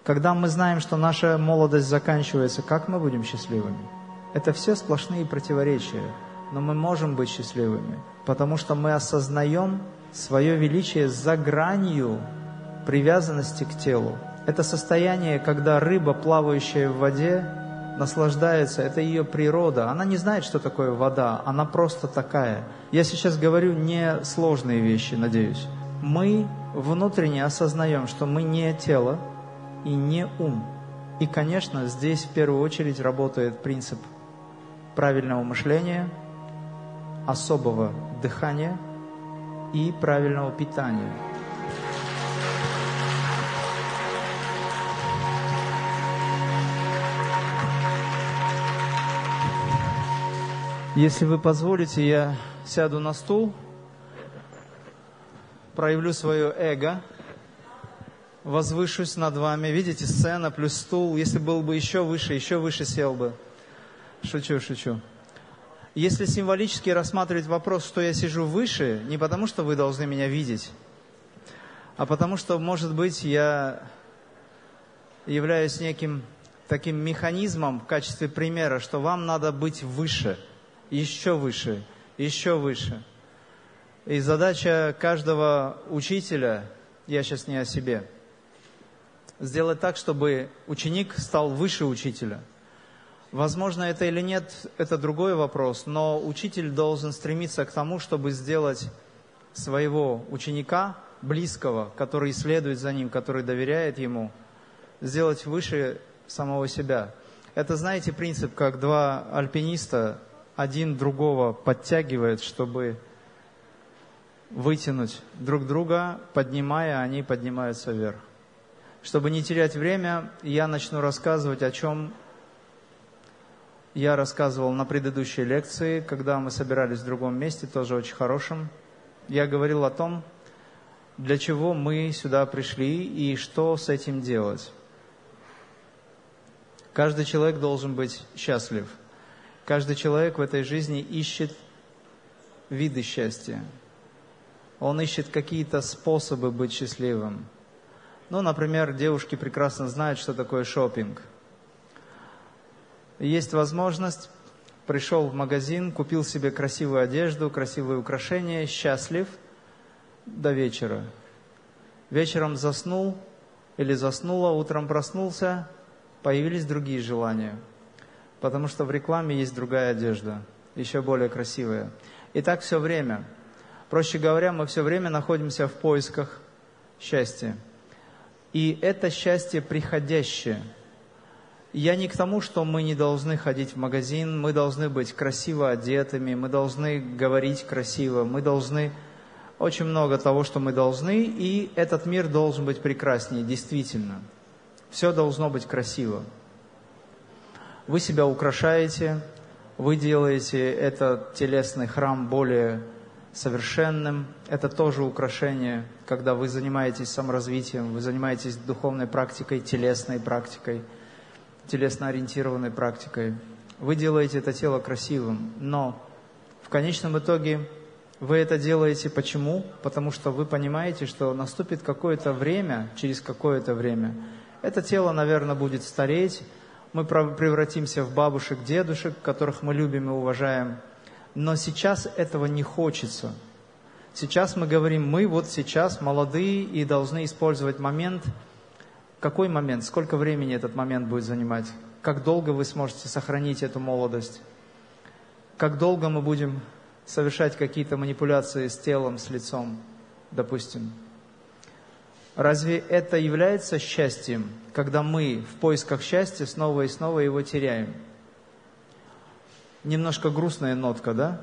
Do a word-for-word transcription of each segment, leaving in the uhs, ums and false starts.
Когда мы знаем, что наша молодость заканчивается, как мы будем счастливыми? Это все сплошные противоречия. Но мы можем быть счастливыми, потому что мы осознаем свое величие за гранью привязанности к телу. Это состояние, когда рыба, плавающая в воде, наслаждается, это ее природа. Она не знает, что такое вода, она просто такая. Я сейчас говорю не сложные вещи, надеюсь. Мы внутренне осознаем, что мы не тело и не ум. И, конечно, здесь в первую очередь работает принцип правильного мышления, особого дыхания и правильного питания. Если вы позволите, я сяду на стул, проявлю свое эго, возвышусь над вами. Видите, сцена плюс стул. Если был бы еще выше, еще выше сел бы. Шучу, шучу. Если символически рассматривать вопрос, что я сижу выше, не потому, что вы должны меня видеть, а потому, что, может быть, я являюсь неким таким механизмом в качестве примера, что вам надо быть выше, еще выше, еще выше. И задача каждого учителя, я сейчас не о себе, сделать так, чтобы ученик стал выше учителя. Возможно, это или нет, это другой вопрос, но учитель должен стремиться к тому, чтобы сделать своего ученика, близкого, который следует за ним, который доверяет ему, сделать выше самого себя. Это, знаете, принцип, как два альпиниста, один другого подтягивает, чтобы вытянуть друг друга, поднимая, они поднимаются вверх. Чтобы не терять время, я начну рассказывать, о чем я рассказывал на предыдущей лекции, когда мы собирались в другом месте, тоже очень хорошем. Я говорил о том, для чего мы сюда пришли и что с этим делать. Каждый человек должен быть счастлив. Каждый человек в этой жизни ищет виды счастья. Он ищет какие-то способы быть счастливым. Ну, например, девушки прекрасно знают, что такое шопинг. Есть возможность, пришел в магазин, купил себе красивую одежду, красивые украшения, счастлив до вечера. Вечером заснул или заснула, утром проснулся, появились другие желания. Потому что в рекламе есть другая одежда, еще более красивая. И так все время. Проще говоря, мы все время находимся в поисках счастья. И это счастье приходящее. Я не к тому, что мы не должны ходить в магазин, мы должны быть красиво одетыми, мы должны говорить красиво, мы должны очень много того, что мы должны, и этот мир должен быть прекраснее, действительно. Все должно быть красиво. Вы себя украшаете, вы делаете этот телесный храм более совершенным. Это тоже украшение, когда вы занимаетесь саморазвитием, вы занимаетесь духовной практикой, телесной практикой, телесно-ориентированной практикой. Вы делаете это тело красивым, но в конечном итоге вы это делаете почему? Потому что вы понимаете, что наступит какое-то время, через какое-то время, это тело, наверное, будет стареть, мы превратимся в бабушек, дедушек, которых мы любим и уважаем, но сейчас этого не хочется. Сейчас мы говорим, мы вот сейчас молодые и должны использовать момент. Какой момент? Сколько времени этот момент будет занимать? Как долго вы сможете сохранить эту молодость? Как долго мы будем совершать какие-то манипуляции с телом, с лицом, допустим? Разве это является счастьем, когда мы в поисках счастья снова и снова его теряем? Немножко грустная нотка, да?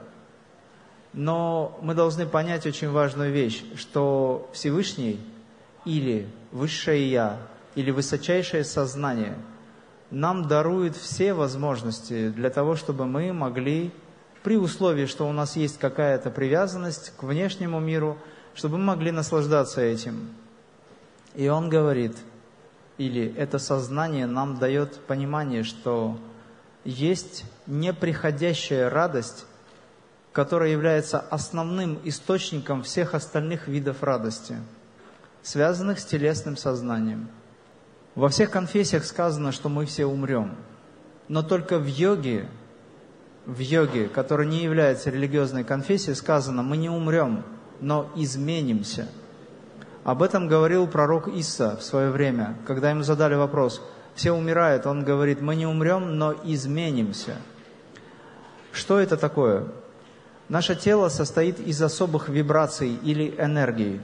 Но мы должны понять очень важную вещь, что Всевышний или Высшее Я, или высочайшее сознание нам дарует все возможности для того, чтобы мы могли, при условии, что у нас есть какая-то привязанность к внешнему миру, чтобы мы могли наслаждаться этим. И Он говорит, или это сознание нам дает понимание, что есть неприходящая радость, которая является основным источником всех остальных видов радости, связанных с телесным сознанием. Во всех конфессиях сказано, что мы все умрем. Но только в йоге, в йоге, которая не является религиозной конфессией, сказано, мы не умрем, но изменимся. Об этом говорил пророк Иса в свое время, когда ему задали вопрос, все умирают, он говорит, мы не умрем, но изменимся. Что это такое? Наше тело состоит из особых вибраций или энергий.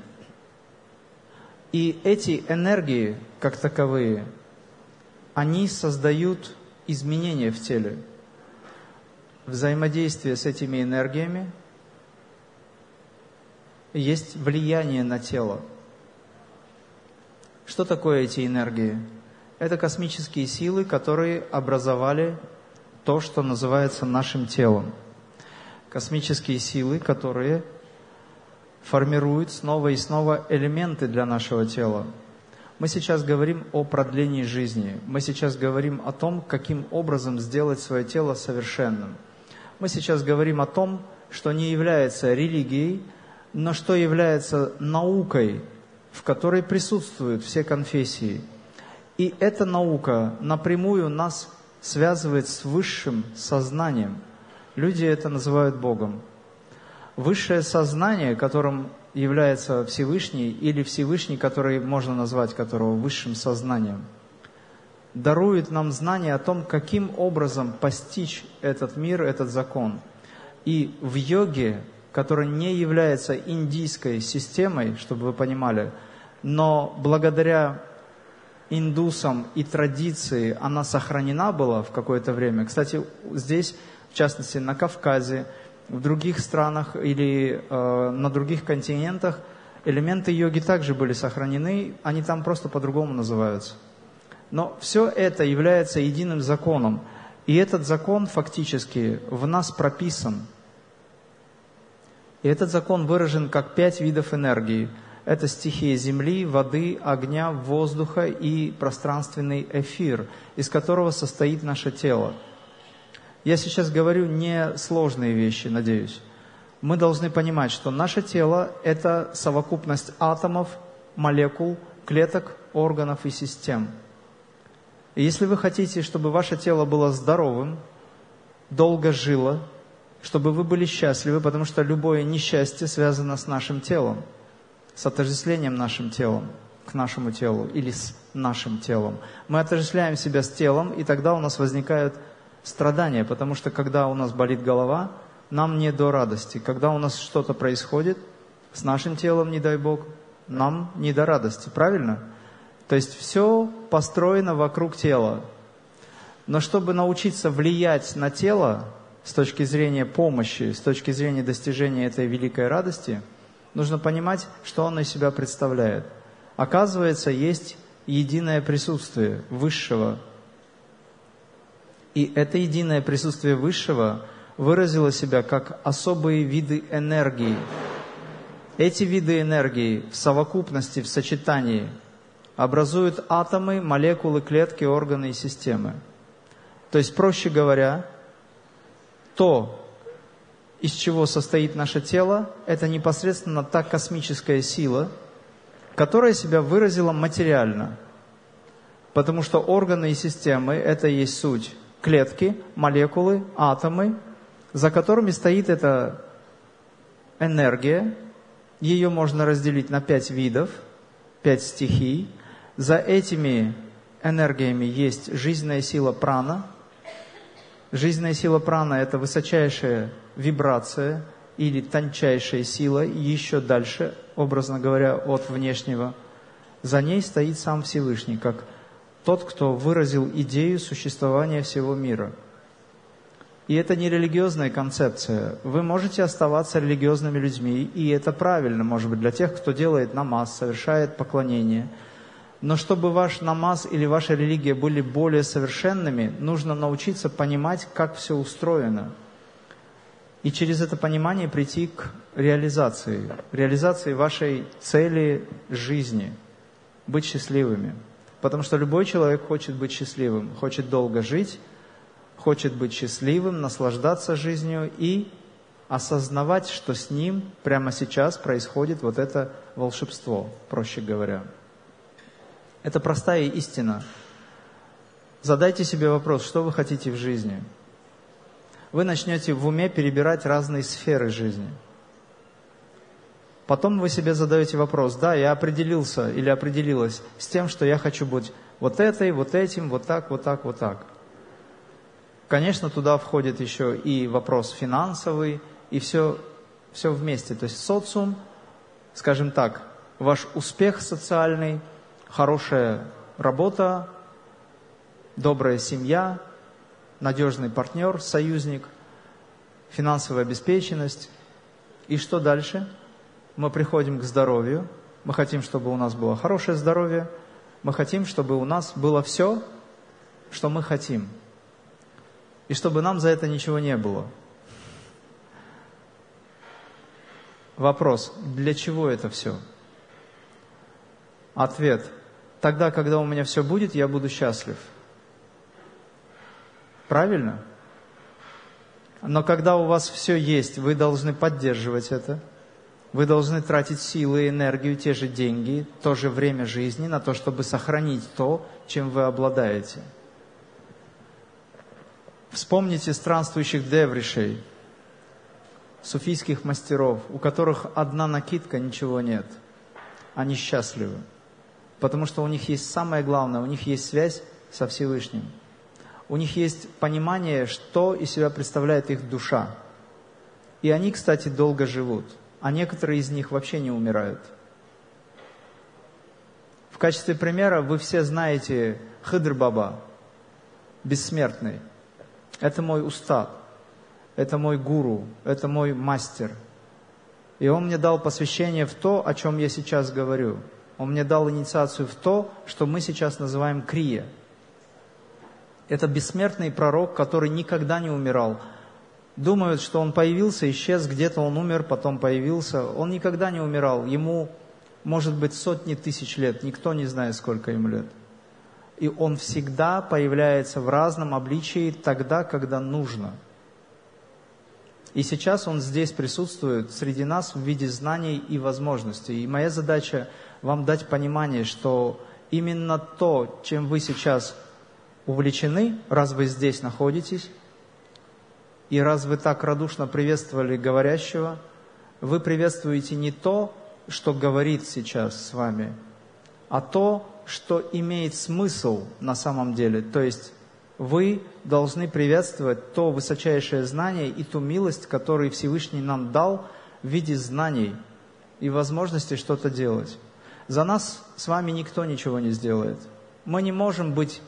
И эти энергии, как таковые, они создают изменения в теле. Взаимодействие с этими энергиями есть влияние на тело. Что такое эти энергии? Это космические силы, которые образовали то, что называется нашим телом. Космические силы, которые формируют снова и снова элементы для нашего тела. Мы сейчас говорим о продлении жизни. Мы сейчас говорим о том, каким образом сделать свое тело совершенным. Мы сейчас говорим о том, что не является религией, но что является наукой, в которой присутствуют все конфессии. И эта наука напрямую нас связывает с высшим сознанием. Люди это называют Богом. Высшее сознание, которым является Всевышний, или Всевышний, который можно назвать которого высшим сознанием, дарует нам знание о том, каким образом постичь этот мир, этот закон. И в йоге, которая не является индийской системой, чтобы вы понимали, но благодаря индусам и традиции она сохранена была в какое-то время. Кстати, здесь, в частности, на Кавказе, в других странах или э, на других континентах элементы йоги также были сохранены, они там просто по-другому называются. Но все это является единым законом. И этот закон фактически в нас прописан. И этот закон выражен как пять видов энергии. Это стихия земли, воды, огня, воздуха и пространственный эфир, из которого состоит наше тело. Я сейчас говорю не сложные вещи, надеюсь. Мы должны понимать, что наше тело – это совокупность атомов, молекул, клеток, органов и систем. И если вы хотите, чтобы ваше тело было здоровым, долго жило, чтобы вы были счастливы, потому что любое несчастье связано с нашим телом, с отождествлением нашим телом, к нашему телу или с нашим телом. Мы отождествляем себя с телом, и тогда у нас возникают страдания, потому что когда у нас болит голова, нам не до радости. Когда у нас что-то происходит с нашим телом, не дай Бог, нам не до радости. Правильно? То есть все построено вокруг тела. Но чтобы научиться влиять на тело с точки зрения помощи, с точки зрения достижения этой великой радости, нужно понимать, что оно из себя представляет. Оказывается, есть единое присутствие Высшего. И это единое присутствие Высшего выразило себя как особые виды энергии. Эти виды энергии в совокупности, в сочетании образуют атомы, молекулы, клетки, органы и системы. То есть, проще говоря, то, из чего состоит наше тело, это непосредственно та космическая сила, которая себя выразила материально. Потому что органы и системы – это и есть суть. Клетки, молекулы, атомы, за которыми стоит эта энергия. Ее можно разделить на пять видов, пять стихий. За этими энергиями есть жизненная сила прана. Жизненная сила прана – это высочайшая вибрация или тончайшая сила, еще дальше, образно говоря, от внешнего. За ней стоит сам Всевышний, как тот, кто выразил идею существования всего мира. И это не религиозная концепция. Вы можете оставаться религиозными людьми, и это правильно, может быть, для тех, кто делает намаз, совершает поклонение. Но чтобы ваш намаз или ваша религия были более совершенными, нужно научиться понимать, как все устроено. И через это понимание прийти к реализации, реализации вашей цели жизни, быть счастливыми. Потому что любой человек хочет быть счастливым, хочет долго жить, хочет быть счастливым, наслаждаться жизнью и осознавать, что с ним прямо сейчас происходит вот это волшебство, проще говоря. Это простая истина. Задайте себе вопрос, что вы хотите в жизни. Вы начнете в уме перебирать разные сферы жизни. Потом вы себе задаете вопрос, да, я определился или определилась с тем, что я хочу быть вот этой, вот этим, вот так, вот так, вот так. Конечно, туда входит еще и вопрос финансовый, и все, все вместе. То есть социум, скажем так, ваш успех социальный, хорошая работа, добрая семья, надежный партнер, союзник, финансовая обеспеченность. И что дальше? Мы приходим к здоровью. Мы хотим, чтобы у нас было хорошее здоровье. Мы хотим, чтобы у нас было все, что мы хотим. И чтобы нам за это ничего не было. Вопрос, для чего это все? Ответ, тогда, когда у меня все будет, я буду счастлив. Правильно? Но когда у вас все есть, вы должны поддерживать это. Вы должны тратить силы, энергию, те же деньги, то же время жизни на то, чтобы сохранить то, чем вы обладаете. Вспомните странствующих девришей, суфийских мастеров, у которых одна накидка, ничего нет. Они счастливы, потому что у них есть самое главное, у них есть связь со Всевышним. У них есть понимание, что из себя представляет их душа. И они, кстати, долго живут, а некоторые из них вообще не умирают. В качестве примера вы все знаете Хидр Баба, бессмертный. Это мой устад, это мой гуру, это мой мастер. И он мне дал посвящение в то, о чем я сейчас говорю. Он мне дал инициацию в то, что мы сейчас называем крия. Это бессмертный пророк, который никогда не умирал. Думают, что он появился, исчез, где-то он умер, потом появился. Он никогда не умирал. Ему, может быть, сотни тысяч лет. Никто не знает, сколько ему лет. И он всегда появляется в разном обличии тогда, когда нужно. И сейчас он здесь присутствует среди нас в виде знаний и возможностей. И моя задача вам дать понимание, что именно то, чем вы сейчас увлечены, раз вы здесь находитесь, и раз вы так радушно приветствовали говорящего, вы приветствуете не то, что говорит сейчас с вами, а то, что имеет смысл на самом деле. То есть вы должны приветствовать то высочайшее знание и ту милость, которую Всевышний нам дал в виде знаний и возможности что-то делать. За нас с вами никто ничего не сделает. Мы не можем быть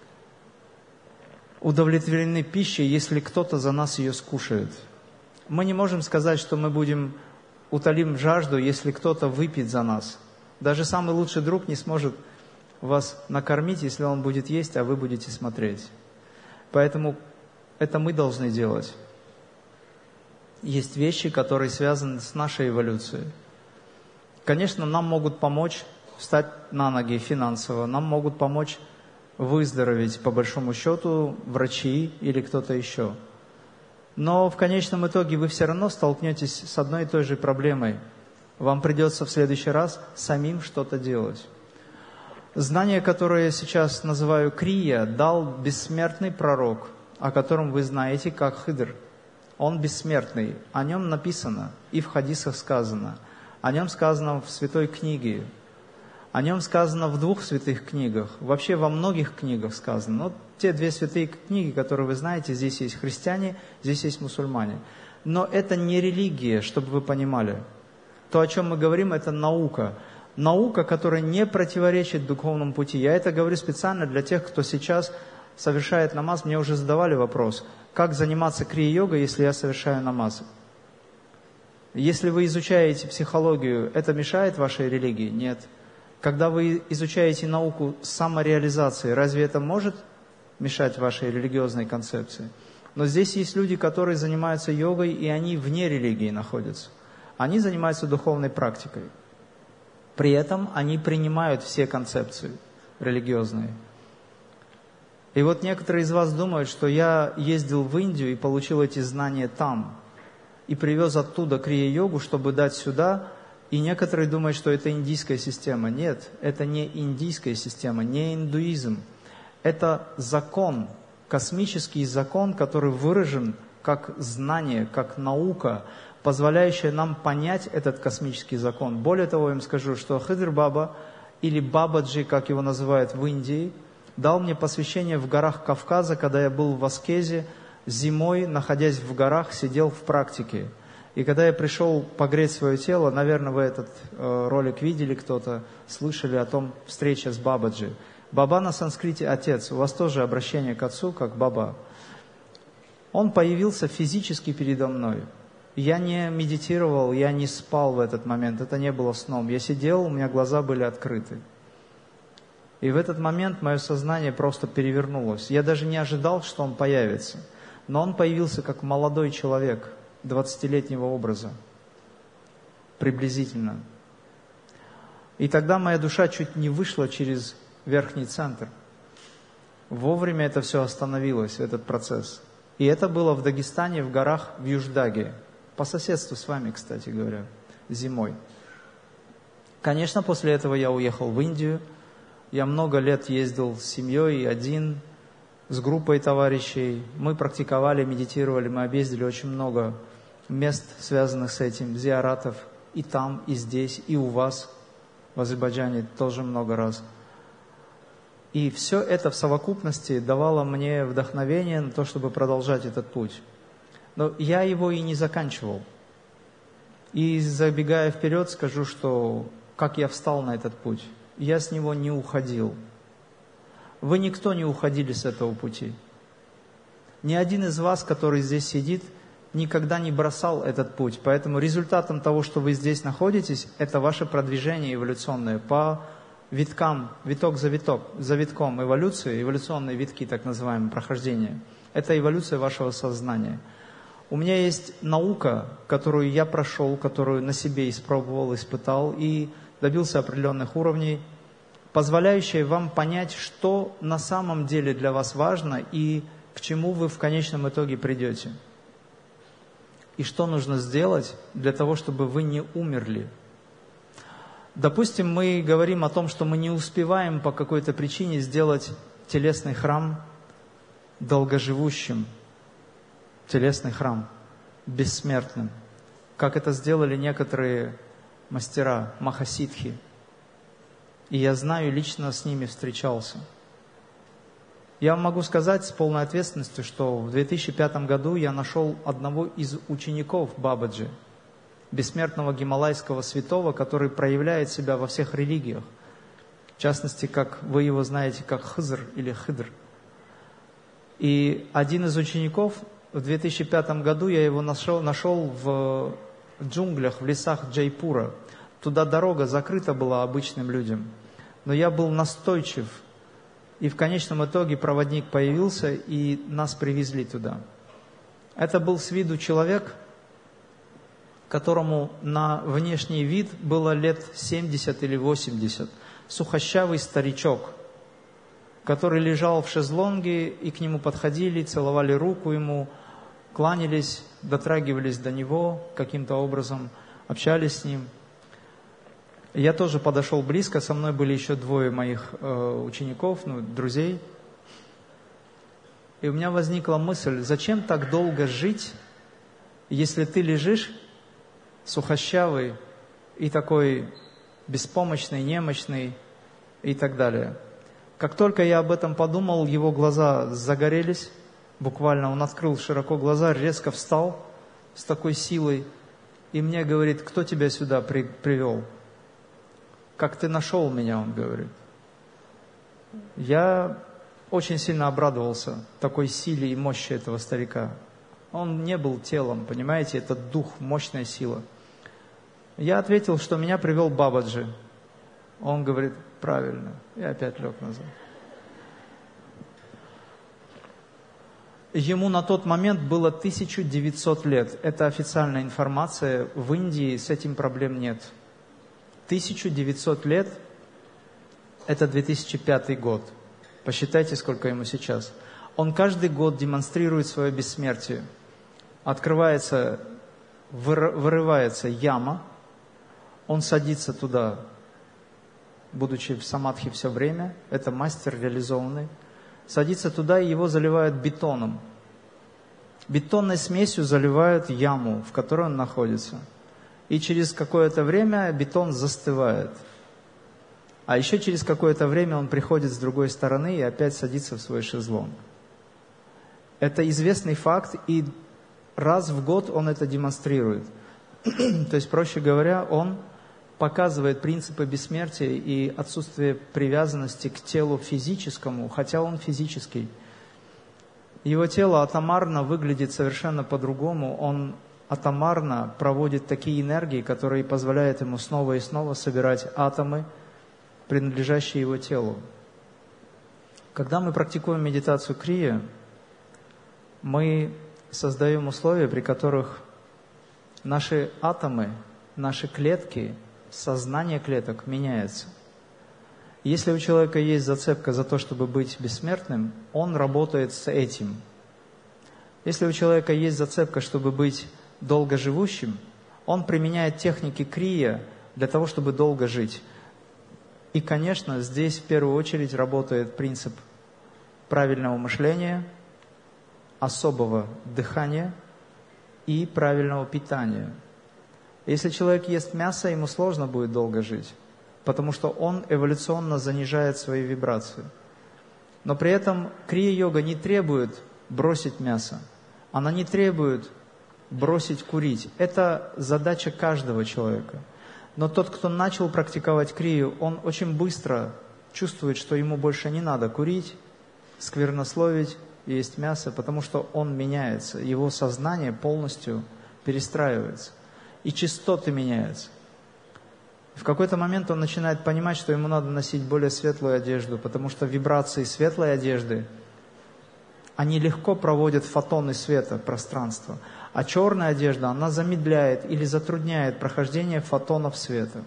удовлетворены пищей, если кто-то за нас ее скушает. Мы не можем сказать, что мы будем утолим жажду, если кто-то выпьет за нас. Даже самый лучший друг не сможет вас накормить, если он будет есть, а вы будете смотреть. Поэтому это мы должны делать. Есть вещи, которые связаны с нашей эволюцией. Конечно, нам могут помочь встать на ноги финансово, нам могут помочь выздороветь, по большому счету, врачи или кто-то еще. Но в конечном итоге вы все равно столкнетесь с одной и той же проблемой. Вам придется в следующий раз самим что-то делать. Знание, которое я сейчас называю крия, дал бессмертный пророк, о котором вы знаете, как Хидр. Он бессмертный, о нем написано, и в хадисах сказано, о нем сказано в Святой книге, о нем сказано в двух святых книгах, вообще во многих книгах сказано. Но те две святые книги, которые вы знаете, здесь есть христиане, здесь есть мусульмане. Но это не религия, чтобы вы понимали. То, о чем мы говорим, это наука. Наука, которая не противоречит духовному пути. Я это говорю специально для тех, кто сейчас совершает намаз. Мне уже задавали вопрос, как заниматься крия-йогой, если я совершаю намаз? Если вы изучаете психологию, это мешает вашей религии? Нет. Когда вы изучаете науку самореализации, разве это может мешать вашей религиозной концепции? Но здесь есть люди, которые занимаются йогой, и они вне религии находятся. Они занимаются духовной практикой. При этом они принимают все концепции религиозные. И вот некоторые из вас думают, что я ездил в Индию и получил эти знания там, и привез оттуда крия-йогу, чтобы дать сюда, И некоторые думают, что это индийская система. Нет, это не индийская система, не индуизм. Это закон, космический закон, который выражен как знание, как наука, позволяющая нам понять этот космический закон. Более того, я им скажу, что Хидр Баба, или Бабаджи, как его называют в Индии, дал мне посвящение в горах Кавказа, когда я был в аскезе, зимой, находясь в горах, сидел в практике. И когда я пришел погреть свое тело, наверное, вы этот э, ролик видели, кто-то слышали о том встрече с Бабаджи. Баба на санскрите отец, у вас тоже обращение к отцу, как Баба. Он появился физически передо мной. Я не медитировал, я не спал в этот момент, это не было сном. Я сидел, у меня глаза были открыты. И в этот момент мое сознание просто перевернулось. Я даже не ожидал, что он появится. Но он появился как молодой человек, двадцатилетнего образа, приблизительно. И тогда моя душа чуть не вышла через верхний центр. Вовремя это все остановилось, этот процесс. И это было в Дагестане, в горах, в Юждаге. По соседству с вами, кстати говоря, зимой. Конечно, после этого я уехал в Индию. Я много лет ездил с семьей, один, с группой товарищей. Мы практиковали, медитировали, мы объездили очень много мест, связанных с этим, зиаратов. И там, и здесь, и у вас, в Азербайджане, тоже много раз. И все это в совокупности давало мне вдохновение на то, чтобы продолжать этот путь. Но я его и не заканчивал. И забегая вперед, скажу, что как я встал на этот путь. Я с него не уходил. Вы никто не уходили с этого пути. Ни один из вас, который здесь сидит, никогда не бросал этот путь. Поэтому результатом того, что вы здесь находитесь, это ваше продвижение эволюционное по виткам, виток за виток, за витком эволюции, эволюционные витки, так называемые, прохождения. Это эволюция вашего сознания. У меня есть наука, которую я прошел, которую на себе испробовал, испытал и добился определенных уровней, позволяющая вам понять, что на самом деле для вас важно и к чему вы в конечном итоге придете. И что нужно сделать для того, чтобы вы не умерли. Допустим, мы говорим о том, что мы не успеваем по какой-то причине сделать телесный храм долгоживущим, телесный храм бессмертным, как это сделали некоторые мастера, махасидхи. И я знаю, лично с ними встречался. Я вам могу сказать с полной ответственностью, что в две тысячи пятом году я нашел одного из учеников Бабаджи, бессмертного гималайского святого, который проявляет себя во всех религиях. В частности, как вы его знаете, как Хызр или Хидр. И один из учеников, в две тысячи пятом году я его нашел, нашел в джунглях, в лесах Джайпура. Туда дорога закрыта была обычным людям. Но я был настойчив. И в конечном итоге проводник появился, и нас привезли туда. Это был с виду человек, которому на внешний вид было лет семьдесят или восемьдесят. Сухощавый старичок, который лежал в шезлонге, и к нему подходили, целовали руку ему, кланялись, дотрагивались до него каким-то образом, общались с ним. Я тоже подошел близко, со мной были еще двое моих э, учеников, ну, друзей. И у меня возникла мысль, зачем так долго жить, если ты лежишь сухощавый и такой беспомощный, немощный и так далее. Как только я об этом подумал, его глаза загорелись, буквально он открыл широко глаза, резко встал с такой силой и мне говорит, кто тебя сюда при, привел? Как ты нашел меня, он говорит. Я очень сильно обрадовался такой силе и мощи этого старика. Он не был телом, понимаете, это дух, мощная сила. Я ответил, что меня привел Бабаджи. Он говорит, правильно. И опять лег назад. Ему на тот момент было тысяча девятьсот лет. Это официальная информация. В Индии с этим проблем нет. тысяча девятьсот лет – это две тысячи пятый год. Посчитайте, сколько ему сейчас. Он каждый год демонстрирует свое бессмертие. Открывается, вырывается яма, он садится туда, будучи в самадхи все время, это мастер реализованный, садится туда, и его заливают бетоном. Бетонной смесью заливают яму, в которой он находится. И через какое-то время бетон застывает. А еще через какое-то время он приходит с другой стороны и опять садится в свой шезлонг. Это известный факт, и раз в год он это демонстрирует. То есть, проще говоря, он показывает принципы бессмертия и отсутствие привязанности к телу физическому, хотя он физический. Его тело атомарно выглядит совершенно по-другому. Он атомарно проводит такие энергии, которые позволяют ему снова и снова собирать атомы, принадлежащие его телу. Когда мы практикуем медитацию крия, мы создаем условия, при которых наши атомы, наши клетки, сознание клеток меняется. Если у человека есть зацепка за то, чтобы быть бессмертным, он работает с этим. Если у человека есть зацепка, чтобы быть долгоживущим, он применяет техники крия для того, чтобы долго жить. И, конечно, здесь в первую очередь работает принцип правильного мышления, особого дыхания и правильного питания. Если человек ест мясо, ему сложно будет долго жить, потому что он эволюционно занижает свои вибрации. Но при этом крия-йога не требует бросить мясо, она не требует бросить курить. Это задача каждого человека. Но тот, кто начал практиковать крию, он очень быстро чувствует, что ему больше не надо курить, сквернословить, есть мясо, потому что он меняется, его сознание полностью перестраивается, и частоты меняются. В какой-то момент он начинает понимать, что ему надо носить более светлую одежду, потому что вибрации светлой одежды, они легко проводят фотоны света в пространство, а черная одежда, она замедляет или затрудняет прохождение фотонов света.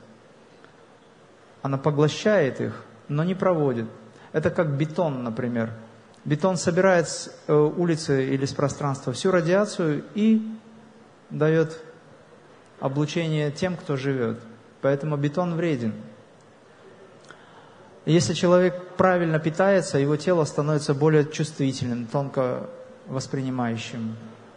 Она поглощает их, но не проводит. Это как бетон, например. Бетон собирает с э, улицы или с пространства всю радиацию и дает облучение тем, кто живет. Поэтому бетон вреден. Если человек правильно питается, его тело становится более чувствительным, тонко воспринимающим.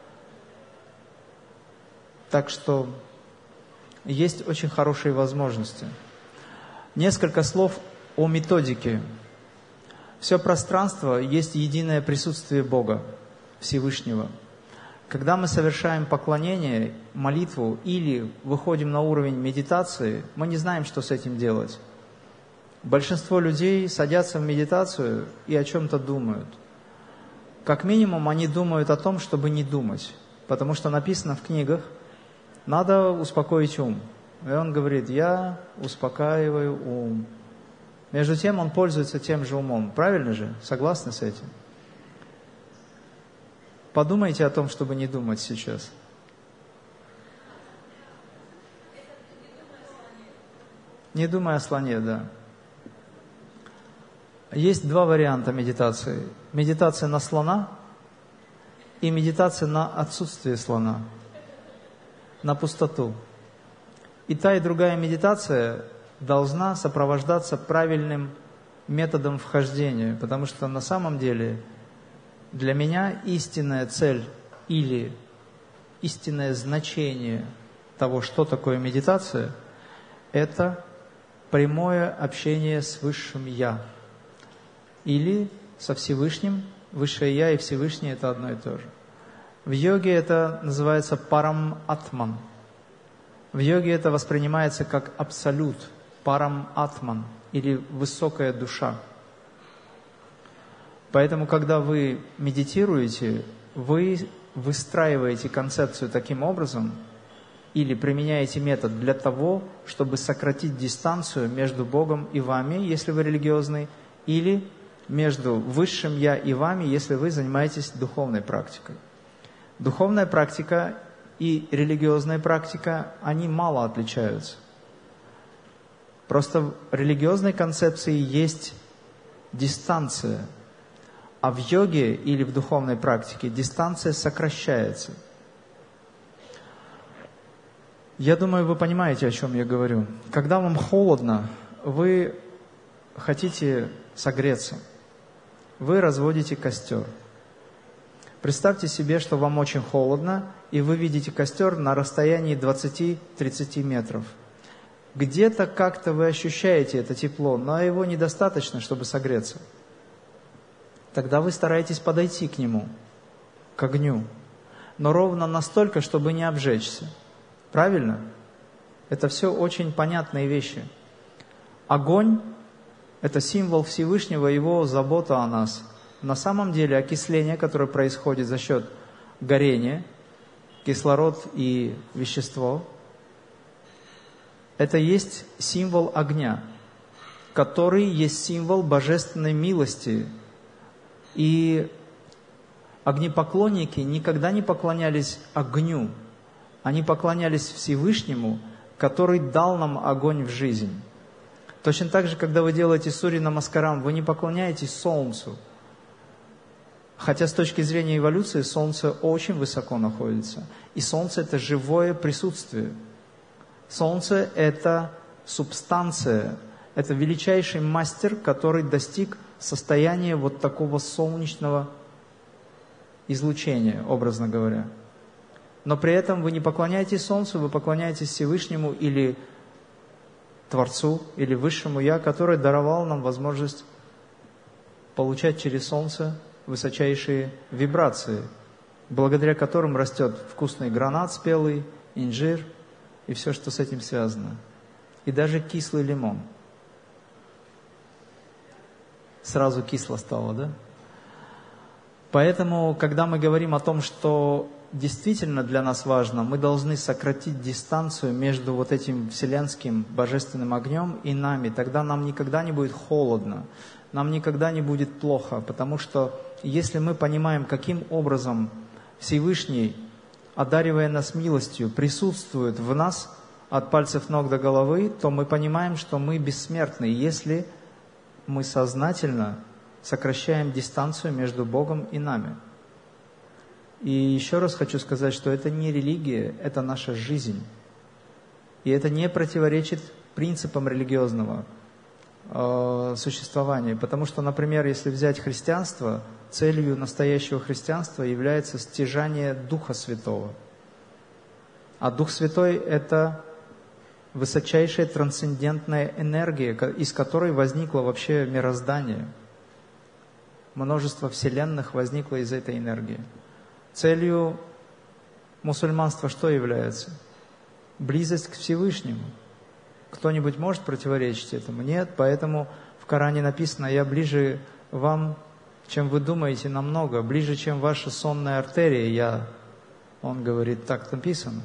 Так что есть очень хорошие возможности. Несколько слов о методике. Все пространство есть единое присутствие Бога, Всевышнего. Когда мы совершаем поклонение, молитву или выходим на уровень медитации, мы не знаем, что с этим делать. Большинство людей садятся в медитацию и о чем-то думают. Как минимум, они думают о том, чтобы не думать, потому что написано в книгах, надо успокоить ум. И он говорит, я успокаиваю ум. Между тем, он пользуется тем же умом. Правильно же? Согласны с этим? Подумайте о том, чтобы не думать сейчас. Не думай о слоне, да. Есть два варианта медитации. Медитация на слона и медитация на отсутствие слона, на пустоту. И та, и другая медитация должна сопровождаться правильным методом вхождения, потому что на самом деле для меня истинная цель или истинное значение того, что такое медитация, это прямое общение с Высшим Я. Или со Всевышним. Высшее Я и Всевышний – это одно и то же. В йоге это называется парам атман. В йоге это воспринимается как абсолют, парам атман, или высокая душа. Поэтому, когда вы медитируете, вы выстраиваете концепцию таким образом, или применяете метод для того, чтобы сократить дистанцию между Богом и вами, если вы религиозный, или между Высшим Я и вами, если вы занимаетесь духовной практикой. Духовная практика и религиозная практика, они мало отличаются. Просто в религиозной концепции есть дистанция, а в йоге или в духовной практике дистанция сокращается. Я думаю, вы понимаете, о чем я говорю. Когда вам холодно, вы хотите согреться. Вы разводите костер. Представьте себе, что вам очень холодно, и вы видите костер на расстоянии двадцати-тридцати метров. Где-то как-то вы ощущаете это тепло, но его недостаточно, чтобы согреться. Тогда вы стараетесь подойти к нему, к огню, но ровно настолько, чтобы не обжечься. Правильно? Это все очень понятные вещи. Огонь – это символ Всевышнего, Его забота о нас. На самом деле окисление, которое происходит за счет горения, кислород и вещество, это есть символ огня, который есть символ божественной милости. И огнепоклонники никогда не поклонялись огню, они поклонялись Всевышнему, который дал нам огонь в жизнь. Точно так же, когда вы делаете Сурья Намаскарам, вы не поклоняетесь Солнцу. Хотя с точки зрения эволюции Солнце очень высоко находится. И Солнце – это живое присутствие. Солнце – это субстанция, это величайший мастер, который достиг состояния вот такого солнечного излучения, образно говоря. Но при этом вы не поклоняетесь Солнцу, вы поклоняетесь Всевышнему или Творцу, или Высшему Я, который даровал нам возможность получать через Солнце высочайшие вибрации, благодаря которым растет вкусный гранат спелый, инжир и все, что с этим связано. И даже кислый лимон. Сразу кисло стало, да? Поэтому, когда мы говорим о том, что действительно для нас важно, мы должны сократить дистанцию между вот этим вселенским божественным огнем и нами. Тогда нам никогда не будет холодно, нам никогда не будет плохо, потому что если мы понимаем, каким образом Всевышний, одаривая нас милостью, присутствует в нас от пальцев ног до головы, то мы понимаем, что мы бессмертны, если мы сознательно сокращаем дистанцию между Богом и нами. И еще раз хочу сказать, что это не религия, это наша жизнь. И это не противоречит принципам религиозного э, существования. Потому что, например, если взять христианство, целью настоящего христианства является стяжание Духа Святого. А Дух Святой – это высочайшая трансцендентная энергия, из которой возникло вообще мироздание. Множество вселенных возникло из этой энергии. Целью мусульманства что является? Близость к Всевышнему. Кто-нибудь может противоречить этому? Нет, поэтому в Коране написано: «Я ближе вам, чем вы думаете, намного, ближе, чем ваша сонная артерия, я». Он говорит, так написано.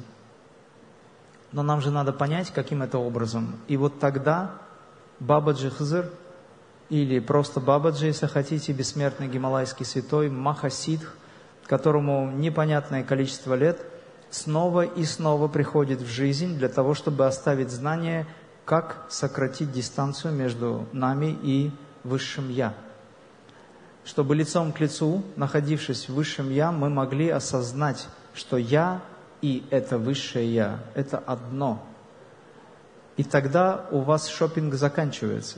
Но нам же надо понять, каким это образом. И вот тогда Бабаджи Хзыр, или просто Бабаджи, если хотите, бессмертный гималайский святой, Махасидх, которому непонятное количество лет, снова и снова приходит в жизнь для того, чтобы оставить знание, как сократить дистанцию между нами и Высшим Я. Чтобы лицом к лицу, находившись в Высшем Я, мы могли осознать, что Я и это Высшее Я – это одно. И тогда у вас шопинг заканчивается.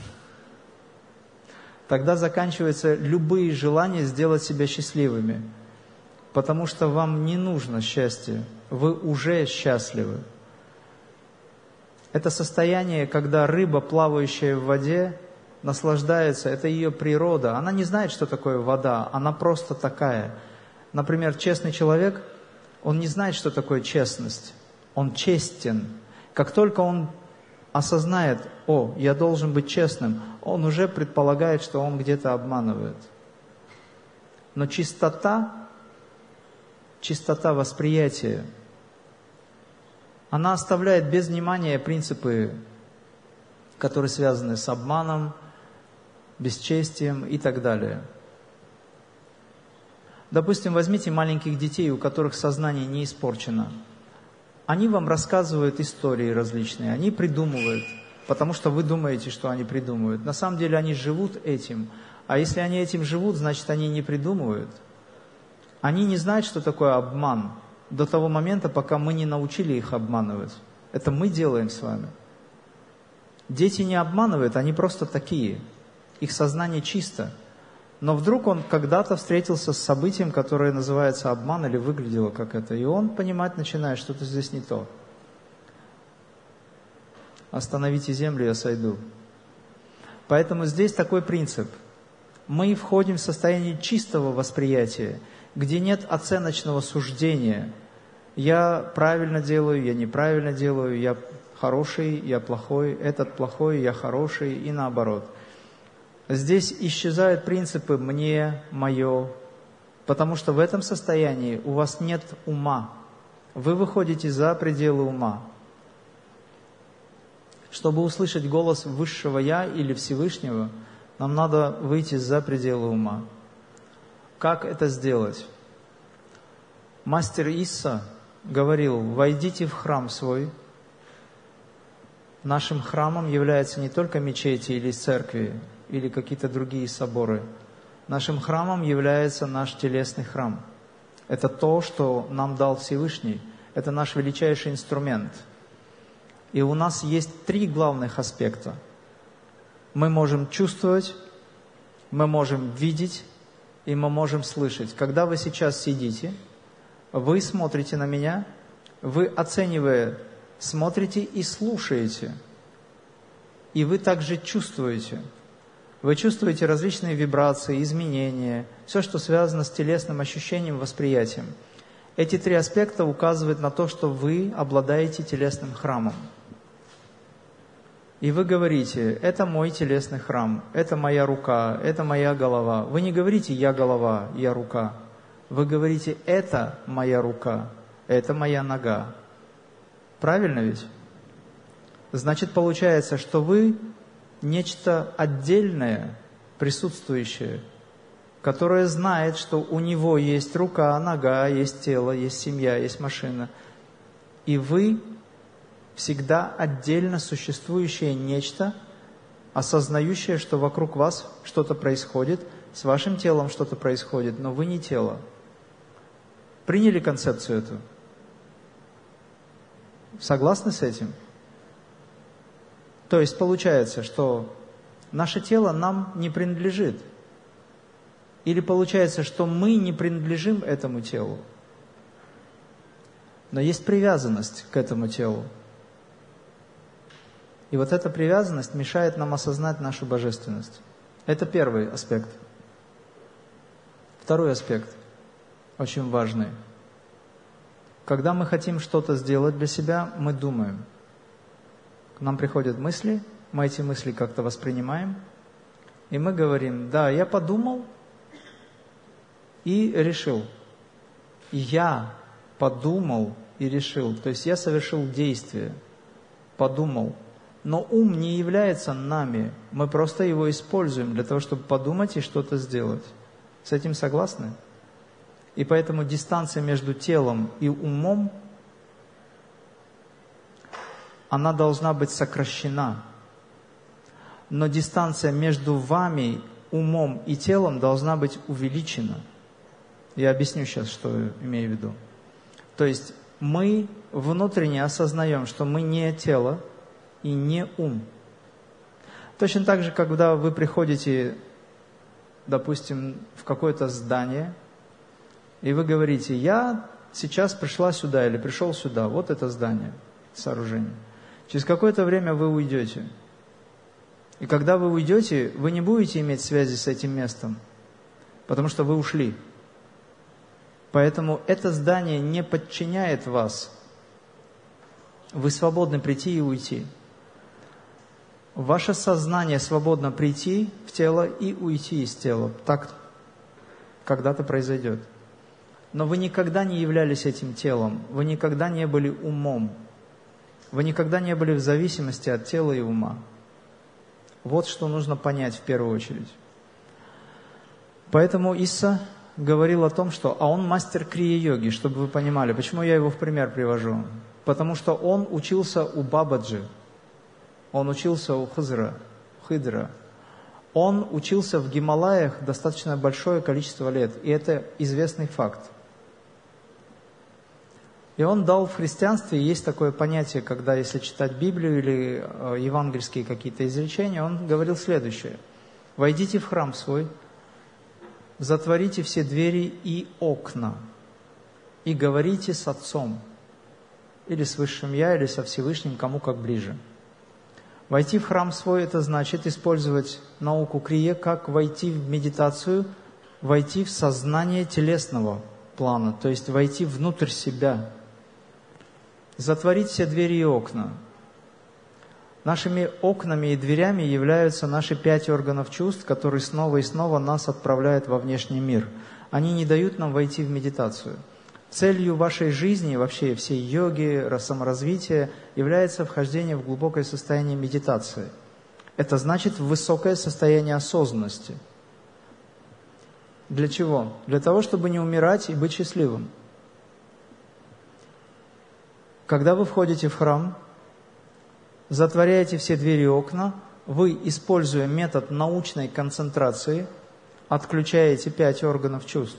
Тогда заканчиваются любые желания сделать себя счастливыми. Потому что вам не нужно счастье, вы уже счастливы. Это состояние, когда рыба, плавающая в воде, наслаждается, это ее природа. Она не знает, что такое вода, она просто такая. Например, честный человек, он не знает, что такое честность. Он честен. Как только он осознает, о, я должен быть честным, он уже предполагает, что он где-то обманывает. Но чистота, чистота восприятия, она оставляет без внимания принципы, которые связаны с обманом, бесчестием и так далее. Допустим, возьмите маленьких детей, у которых сознание не испорчено. Они вам рассказывают истории различные, они придумывают, потому что вы думаете, что они придумывают. На самом деле они живут этим. А если они этим живут, значит они не придумывают. Они не знают, что такое обман. до того момента, пока мы не научили их обманывать. Это мы делаем с вами. Дети не обманывают, они просто такие. Их сознание чисто. Но вдруг он когда-то встретился с событием, которое называется обман или выглядело как это. И он понимать начинает, что-то здесь не то. Остановите землю, я сойду. Поэтому здесь такой принцип. Мы входим в состояние чистого восприятия, где нет оценочного суждения. Я правильно делаю, я неправильно делаю, я хороший, я плохой, этот плохой, я хороший и наоборот. Здесь исчезают принципы «мне», «моё», потому что в этом состоянии у вас нет ума. Вы выходите за пределы ума. Чтобы услышать голос Высшего Я или Всевышнего, нам надо выйти за пределы ума. Как это сделать? Мастер Исса говорил: «Войдите в храм свой». Нашим храмом являются не только мечети или церкви, или какие-то другие соборы. Нашим храмом является наш телесный храм. Это то, что нам дал Всевышний. Это наш величайший инструмент. И у нас есть три главных аспекта. Мы можем чувствовать, мы можем видеть, и мы можем слышать. Когда вы сейчас сидите, вы смотрите на меня, вы, оценивая, смотрите и слушаете. И вы также чувствуете. Вы чувствуете различные вибрации, изменения, все, что связано с телесным ощущением, восприятием. Эти три аспекта указывают на то, что вы обладаете телесным храмом. И вы говорите: это мой телесный храм, это моя рука, это моя голова. Вы не говорите: я голова, я рука. Вы говорите: это моя рука, это моя нога. Правильно ведь? Значит, получается, что вы нечто отдельное, присутствующее, которое знает, что у него есть рука, нога, есть тело, есть семья, есть машина. И вы всегда отдельно существующее нечто, осознающее, что вокруг вас что-то происходит, с вашим телом что-то происходит, но вы не тело. Приняли концепцию эту? Согласны с этим? То есть получается, что наше тело нам не принадлежит. Или получается, что мы не принадлежим этому телу. Но есть привязанность к этому телу. И вот эта привязанность мешает нам осознать нашу божественность. Это первый аспект. Второй аспект, очень важный. Когда мы хотим что-то сделать для себя, мы думаем. К нам приходят мысли, мы эти мысли как-то воспринимаем, и мы говорим: да, я подумал и решил. Я подумал и решил. То есть я совершил действие, подумал. Но ум не является нами, мы просто его используем для того, чтобы подумать и что-то сделать. С этим согласны? И поэтому дистанция между телом и умом, она должна быть сокращена. Но дистанция между вами, умом и телом должна быть увеличена. Я объясню сейчас, что имею в виду. То есть мы внутренне осознаем, что мы не тело и не ум. Точно так же, когда вы приходите, допустим, в какое-то здание, и вы говорите: я сейчас пришла сюда или пришел сюда, вот это здание, сооружение. Через какое-то время вы уйдете. И когда вы уйдете, вы не будете иметь связи с этим местом, потому что вы ушли. Поэтому это здание не подчиняет вас. Вы свободны прийти и уйти. Ваше сознание свободно прийти в тело и уйти из тела. Так когда-то произойдет. Но вы никогда не являлись этим телом. Вы никогда не были умом. Вы никогда не были в зависимости от тела и ума. Вот что нужно понять в первую очередь. Поэтому Исса говорил о том, что а он мастер крия-йоги, чтобы вы понимали. Почему я его в пример привожу? Потому что он учился у Бабаджи. Он учился у Хызра, Хидра. Он учился в Гималаях достаточно большое количество лет. И это известный факт. И он дал в христианстве, есть такое понятие, когда если читать Библию или э, евангельские какие-то изречения, он говорил следующее. «Войдите в храм свой, затворите все двери и окна, и говорите с Отцом, или с Высшим Я, или со Всевышним, кому как ближе». Войти в храм свой – это значит использовать науку крие, как войти в медитацию, войти в сознание телесного плана, то есть войти внутрь себя. Затворить все двери и окна. Нашими окнами и дверями являются наши пять органов чувств, которые снова и снова нас отправляют во внешний мир. Они не дают нам войти в медитацию. Целью вашей жизни, вообще всей йоги, саморазвития, является вхождение в глубокое состояние медитации. Это значит высокое состояние осознанности. Для чего? Для того, чтобы не умирать и быть счастливым. Когда вы входите в храм, затворяете все двери и окна, вы, используя метод научной концентрации, отключаете пять органов чувств.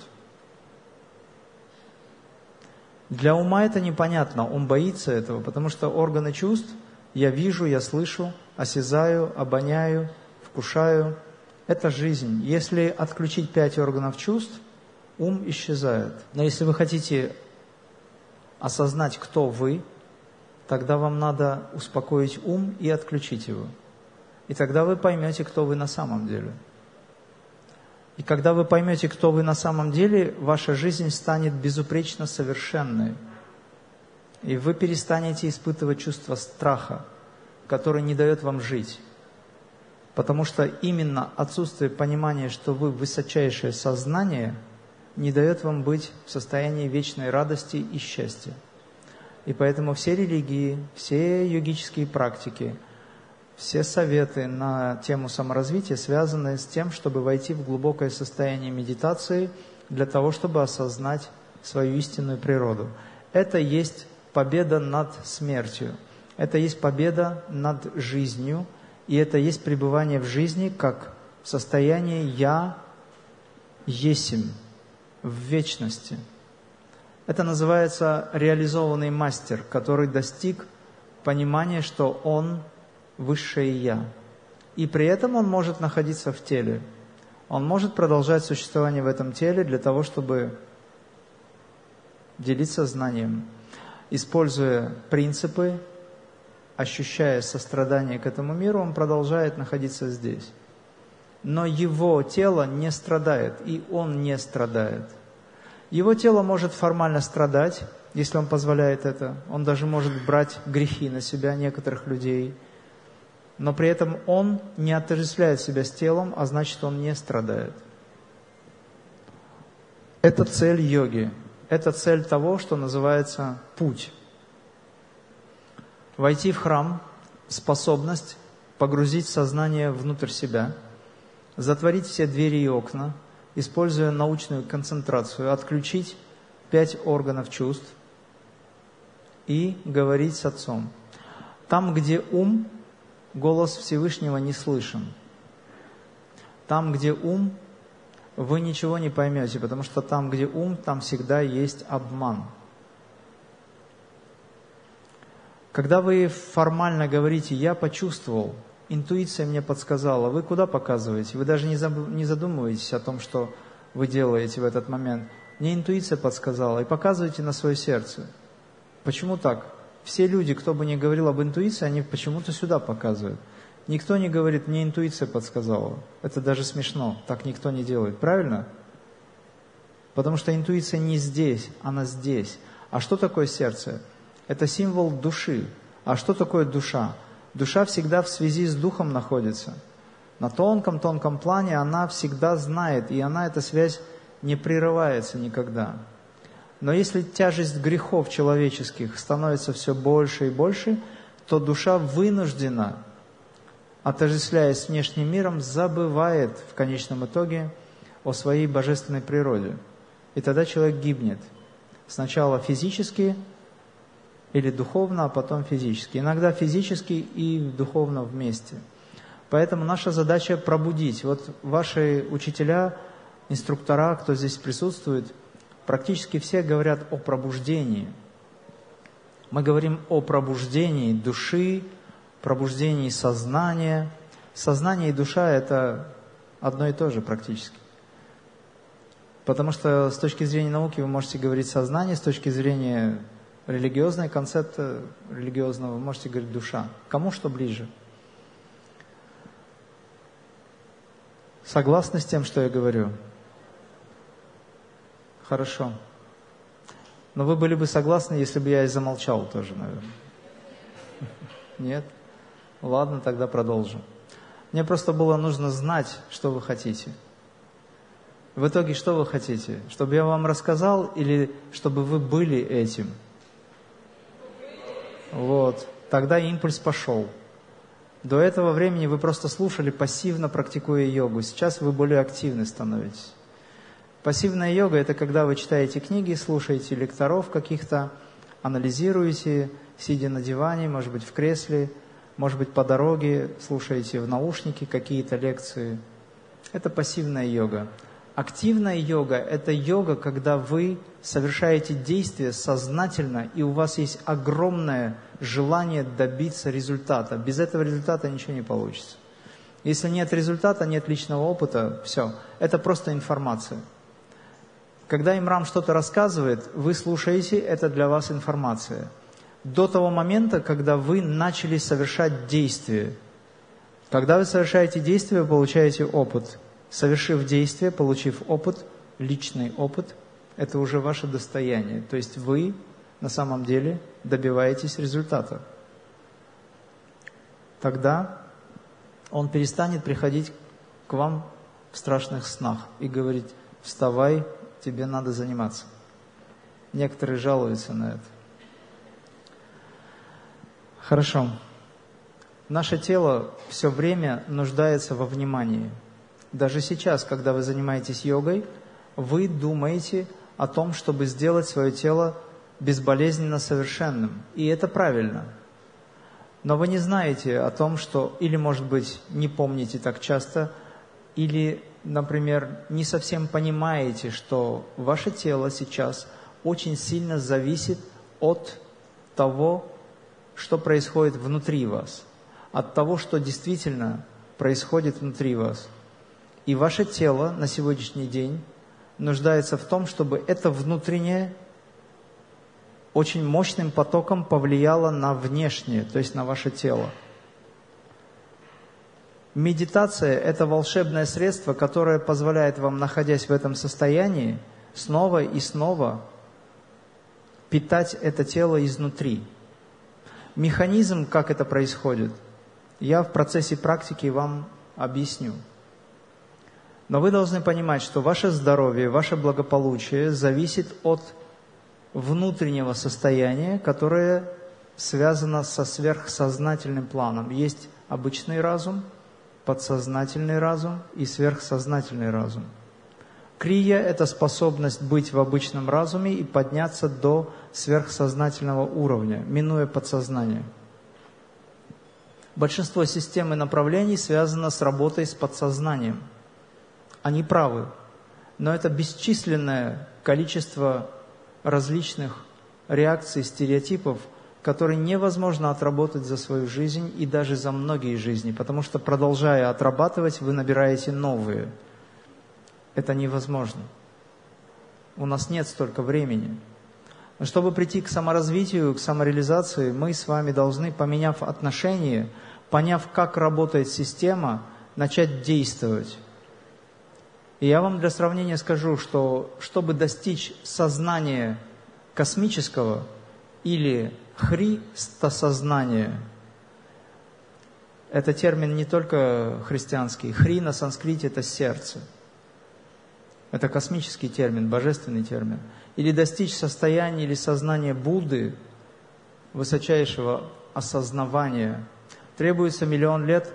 Для ума это непонятно, он боится этого, потому что органы чувств я вижу, я слышу, осязаю, обоняю, вкушаю. Это жизнь. Если отключить пять органов чувств, ум исчезает. Но если вы хотите осознать, кто вы, тогда вам надо успокоить ум и отключить его. И тогда вы поймете, кто вы на самом деле. И когда вы поймете, кто вы на самом деле, ваша жизнь станет безупречно совершенной. И вы перестанете испытывать чувство страха, которое не дает вам жить. Потому что именно отсутствие понимания, что вы высочайшее сознание, не дает вам быть в состоянии вечной радости и счастья. И поэтому все религии, все йогические практики, все советы на тему саморазвития связаны с тем, чтобы войти в глубокое состояние медитации для того, чтобы осознать свою истинную природу. Это есть победа над смертью, это есть победа над жизнью, и это есть пребывание в жизни как в состоянии «я есмь», в вечности. Это называется реализованный мастер, который достиг понимания, что он Высшее Я. И при этом он может находиться в теле. Он может продолжать существование в этом теле для того, чтобы делиться знанием. Используя принципы, ощущая сострадание к этому миру, он продолжает находиться здесь. Но его тело не страдает, и он не страдает. Его тело может формально страдать, если он позволяет это. Он даже может брать грехи на себя некоторых людей. Но при этом он не отождествляет себя с телом, а значит, он не страдает. Это цель йоги. Это цель того, что называется путь. Войти в храм, способность погрузить сознание внутрь себя, затворить все двери и окна, используя научную концентрацию, отключить пять органов чувств и говорить с Отцом. Там, где ум, голос Всевышнего не слышен. Там, где ум, вы ничего не поймете, потому что там, где ум, там всегда есть обман. Когда вы формально говорите «я почувствовал», интуиция мне подсказала, вы куда показываете? Вы даже не задумываетесь о том, что вы делаете в этот момент. Мне интуиция подсказала, и показываете на свое сердце. Почему так? Все люди, кто бы ни говорил об интуиции, они почему-то сюда показывают. Никто не говорит, мне интуиция подсказала. Это даже смешно, так никто не делает. Правильно? Потому что интуиция не здесь, она здесь. А что такое сердце? Это символ души. А что такое душа? Душа всегда в связи с духом находится. На тонком-тонком плане она всегда знает, и она, эта связь, не прерывается никогда. Но если тяжесть грехов человеческих становится все больше и больше, то душа вынуждена, отождествляясь с внешним миром, забывает в конечном итоге о своей божественной природе. И тогда человек гибнет. Сначала физически или духовно, а потом физически. Иногда физически и духовно вместе. Поэтому наша задача пробудить. Вот ваши учителя, инструктора, кто здесь присутствует, практически все говорят о пробуждении. Мы говорим о пробуждении души, пробуждении сознания. Сознание и душа – это одно и то же практически. Потому что с точки зрения науки вы можете говорить сознание, с точки зрения религиозного концепта религиозного вы можете говорить душа. Кому что ближе? Согласны с тем, что я говорю? Хорошо. Но вы были бы согласны, если бы я и замолчал тоже, наверное. Нет? Ладно, тогда продолжим. Мне просто было нужно знать, что вы хотите. В итоге, что вы хотите? Чтобы я вам рассказал или чтобы вы были этим? Вот. Тогда импульс пошел. До этого времени вы просто слушали, пассивно практикуя йогу. Сейчас вы более активны становитесь. Пассивная йога – это когда вы читаете книги, слушаете лекторов каких-то, анализируете, сидя на диване, может быть, в кресле, может быть, по дороге, слушаете в наушники какие-то лекции. Это пассивная йога. Активная йога – это йога, когда вы совершаете действия сознательно, и у вас есть огромное желание добиться результата. Без этого результата ничего не получится. Если нет результата, нет личного опыта, все. Это просто информация. Когда имрам что-то рассказывает, вы слушаете, это для вас информация. До того момента, когда вы начали совершать действие. Когда вы совершаете действие, вы получаете опыт. Совершив действие, получив опыт, личный опыт, это уже ваше достояние. То есть вы на самом деле добиваетесь результата. Тогда он перестанет приходить к вам в страшных снах и говорить: вставай, тебе надо заниматься. Некоторые жалуются на это. Хорошо. Наше тело все время нуждается во внимании. Даже сейчас, когда вы занимаетесь йогой, вы думаете о том, чтобы сделать свое тело безболезненно совершенным. И это правильно. Но вы не знаете о том, что, или, может быть, не помните так часто, или, например, не совсем понимаете, что ваше тело сейчас очень сильно зависит от того, что происходит внутри вас, от того, что действительно происходит внутри вас. И ваше тело на сегодняшний день нуждается в том, чтобы это внутреннее очень мощным потоком повлияло на внешнее, то есть на ваше тело. Медитация – это волшебное средство, которое позволяет вам, находясь в этом состоянии, снова и снова питать это тело изнутри. Механизм, как это происходит, я в процессе практики вам объясню. Но вы должны понимать, что ваше здоровье, ваше благополучие зависит от внутреннего состояния, которое связано со сверхсознательным планом. Есть обычный разум, подсознательный разум и сверхсознательный разум. Крия – это способность быть в обычном разуме и подняться до сверхсознательного уровня, минуя подсознание. Большинство систем и направлений связано с работой с подсознанием. Они правы, но это бесчисленное количество различных реакций, стереотипов, которые невозможно отработать за свою жизнь и даже за многие жизни, потому что, продолжая отрабатывать, вы набираете новые. Это невозможно. У нас нет столько времени. Но чтобы прийти к саморазвитию, к самореализации, мы с вами должны, поменяв отношения, поняв, как работает система, начать действовать. И я вам для сравнения скажу, что чтобы достичь сознания космического или христосознания, это термин не только христианский, хри на санскрите – это сердце. Это космический термин, божественный термин. Или достичь состояния или сознания Будды, высочайшего осознавания, требуется миллион лет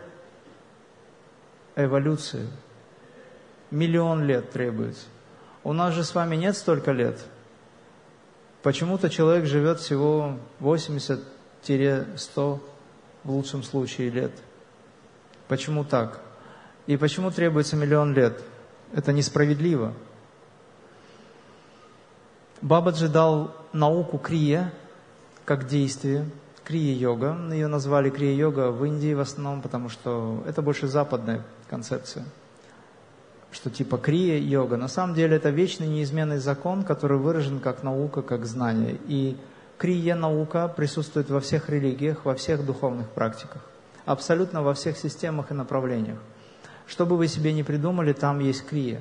эволюции. Миллион лет требуется. У нас же с вами нет столько лет. Почему-то человек живет всего восемьдесят-сто в лучшем случае лет. Почему так? И почему требуется миллион лет? Это несправедливо. Бабаджи дал науку крия, как действие, крия-йога. Ее назвали крия-йога в Индии в основном, потому что это больше западная концепция, что типа крия-йога. На самом деле это вечный неизменный закон, который выражен как наука, как знание. И крия-наука присутствует во всех религиях, во всех духовных практиках, абсолютно во всех системах и направлениях. Что бы вы себе ни придумали, там есть крия.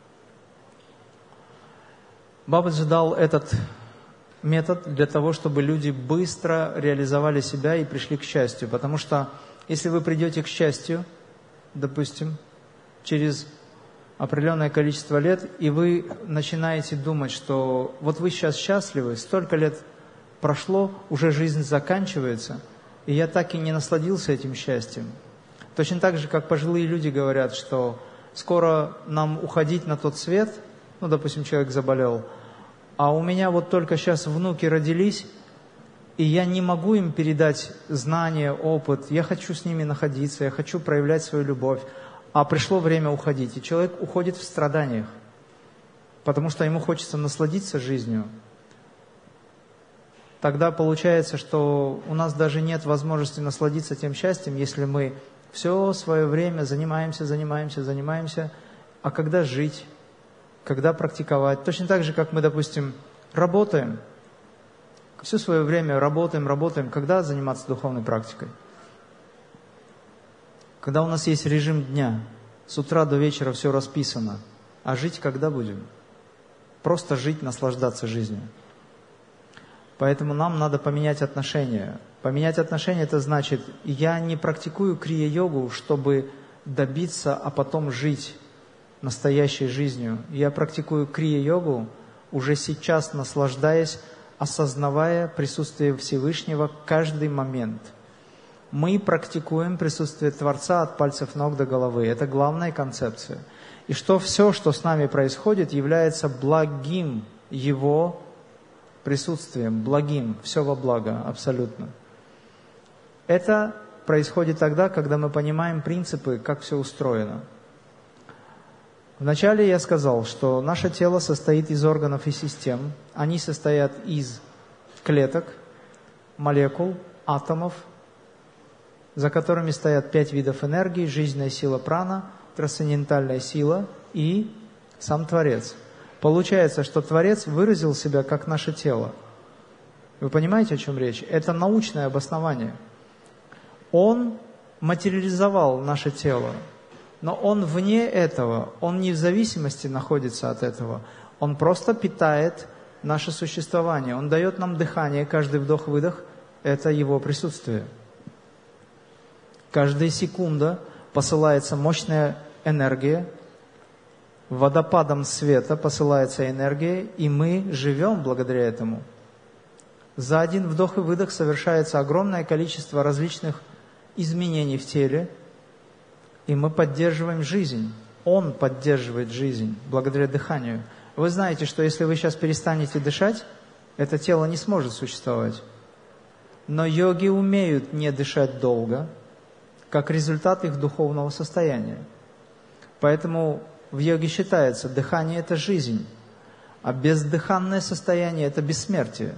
Бабаджи дал этот метод для того, чтобы люди быстро реализовали себя и пришли к счастью. Потому что если вы придете к счастью, допустим, через определенное количество лет, и вы начинаете думать, что вот вы сейчас счастливы, столько лет прошло, уже жизнь заканчивается, и я так и не насладился этим счастьем. Точно так же, как пожилые люди говорят, что скоро нам уходить на тот свет, ну, допустим, человек заболел, а у меня вот только сейчас внуки родились, и я не могу им передать знания, опыт, я хочу с ними находиться, я хочу проявлять свою любовь, а пришло время уходить, и человек уходит в страданиях, потому что ему хочется насладиться жизнью. Тогда получается, что у нас даже нет возможности насладиться тем счастьем, если мы все свое время занимаемся, занимаемся, занимаемся, а когда жить, когда практиковать. Точно так же, как мы, допустим, работаем, все свое время работаем, работаем, когда заниматься духовной практикой? Когда у нас есть режим дня, с утра до вечера все расписано, а жить когда будем? Просто жить, наслаждаться жизнью. Поэтому нам надо поменять отношения. Поменять отношения – это значит, я не практикую крия-йогу, чтобы добиться, а потом жить настоящей жизнью. Я практикую крия-йогу, уже сейчас наслаждаясь, осознавая присутствие Всевышнего каждый момент. Мы практикуем присутствие Творца от пальцев ног до головы. Это главная концепция. И что все, что с нами происходит, является благим Его присутствием, благим, все во благо, абсолютно. Это происходит тогда, когда мы понимаем принципы, как все устроено. Вначале я сказал, что наше тело состоит из органов и систем. Они состоят из клеток, молекул, атомов, за которыми стоят пять видов энергии: жизненная сила прана, трансцендентальная сила и сам Творец. Получается, что Творец выразил себя как наше тело. Вы понимаете, о чем речь? Это научное обоснование. Он материализовал наше тело, но Он вне этого, Он не в зависимости находится от этого. Он просто питает наше существование. Он дает нам дыхание, каждый вдох-выдох – это Его присутствие. Каждая секунда посылается мощная энергия, водопадом света посылается энергия, и мы живем благодаря этому. За один вдох и выдох совершается огромное количество различных изменений в теле, и мы поддерживаем жизнь. Он поддерживает жизнь благодаря дыханию. Вы знаете, что если вы сейчас перестанете дышать, это тело не сможет существовать. Но йоги умеют не дышать долго, как результат их духовного состояния. Поэтому в йоге считается, дыхание – это жизнь, а бездыханное состояние – это бессмертие.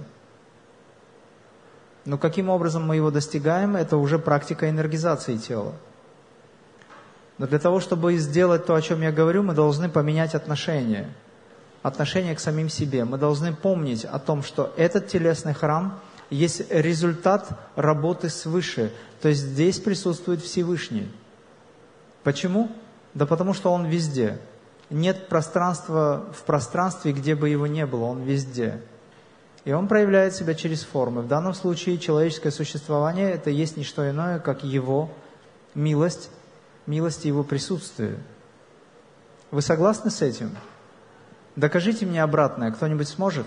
Но каким образом мы его достигаем, это уже практика энергизации тела. Но для того, чтобы сделать то, о чем я говорю, мы должны поменять отношение. Отношение к самим себе. Мы должны помнить о том, что этот телесный храм есть результат работы свыше. То есть здесь присутствует Всевышний. Почему? Да потому что Он везде. Нет пространства в пространстве, где бы Его не было. Он везде. И Он проявляет себя через формы. В данном случае человеческое существование – это есть не что иное, как Его милость, милость и Его присутствие. Вы согласны с этим? Докажите мне обратное. Кто-нибудь сможет?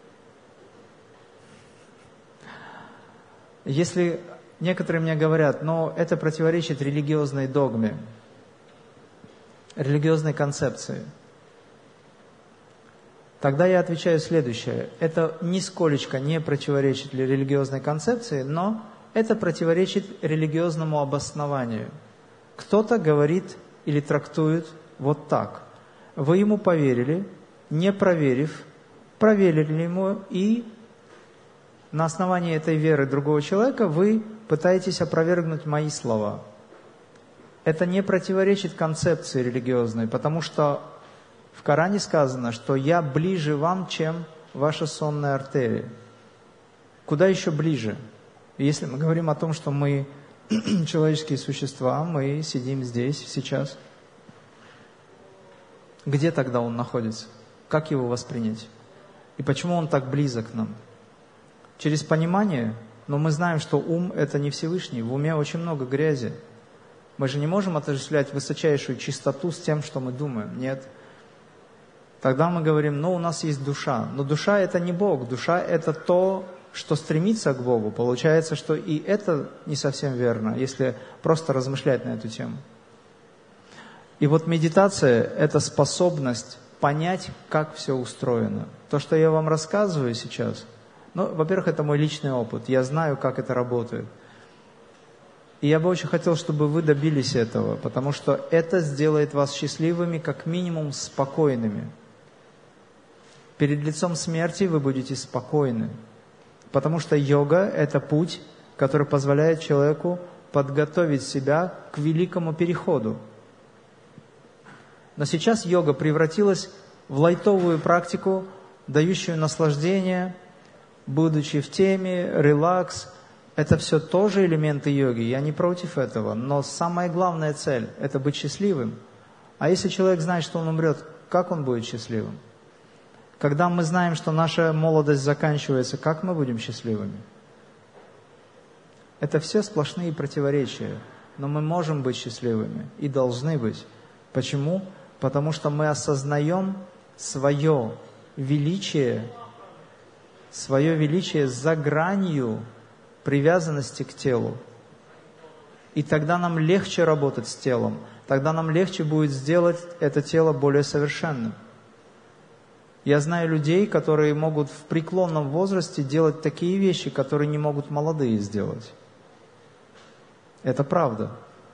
Если некоторые мне говорят, но это противоречит религиозной догме, религиозной концепции, тогда я отвечаю следующее. Это нисколечко не противоречит религиозной концепции, но это противоречит религиозному обоснованию. Кто-то говорит или трактует вот так. Вы ему поверили, не проверив, проверили ему и на основании этой веры другого человека вы пытаетесь опровергнуть мои слова. Это не противоречит концепции религиозной, потому что в Коране сказано, что я ближе вам, чем ваша сонная артерия. Куда еще ближе? Если мы говорим о том, что мы человеческие существа, мы сидим здесь, сейчас. Где тогда он находится? Как его воспринять? И почему он так близок к нам? Через понимание, но мы знаем, что ум – это не Всевышний, в уме очень много грязи. Мы же не можем отождествлять высочайшую чистоту с тем, что мы думаем. Нет. Тогда мы говорим, ну, у нас есть душа. Но душа – это не Бог. Душа – это то, что стремится к Богу. Получается, что и это не совсем верно, если просто размышлять на эту тему. И вот медитация – это способность понять, как все устроено. То, что я вам рассказываю сейчас, ну, во-первых, это мой личный опыт. Я знаю, как это работает. И я бы очень хотел, чтобы вы добились этого, потому что это сделает вас счастливыми, как минимум спокойными. Перед лицом смерти вы будете спокойны. Потому что йога – это путь, который позволяет человеку подготовить себя к великому переходу. Но сейчас йога превратилась в лайтовую практику, дающую наслаждение, будучи в теме, релакс. Это все тоже элементы йоги, я не против этого. Но самая главная цель – это быть счастливым. А если человек знает, что он умрет, как он будет счастливым? Когда мы знаем, что наша молодость заканчивается, как мы будем счастливыми? Это все сплошные противоречия. Но мы можем быть счастливыми и должны быть. Почему? Потому что мы осознаем свое величие, свое величие за гранью привязанности к телу. И тогда нам легче работать с телом. Тогда нам легче будет сделать это тело более совершенным. Я знаю людей, которые могут в преклонном возрасте делать такие вещи, которые не могут молодые сделать. Это правда.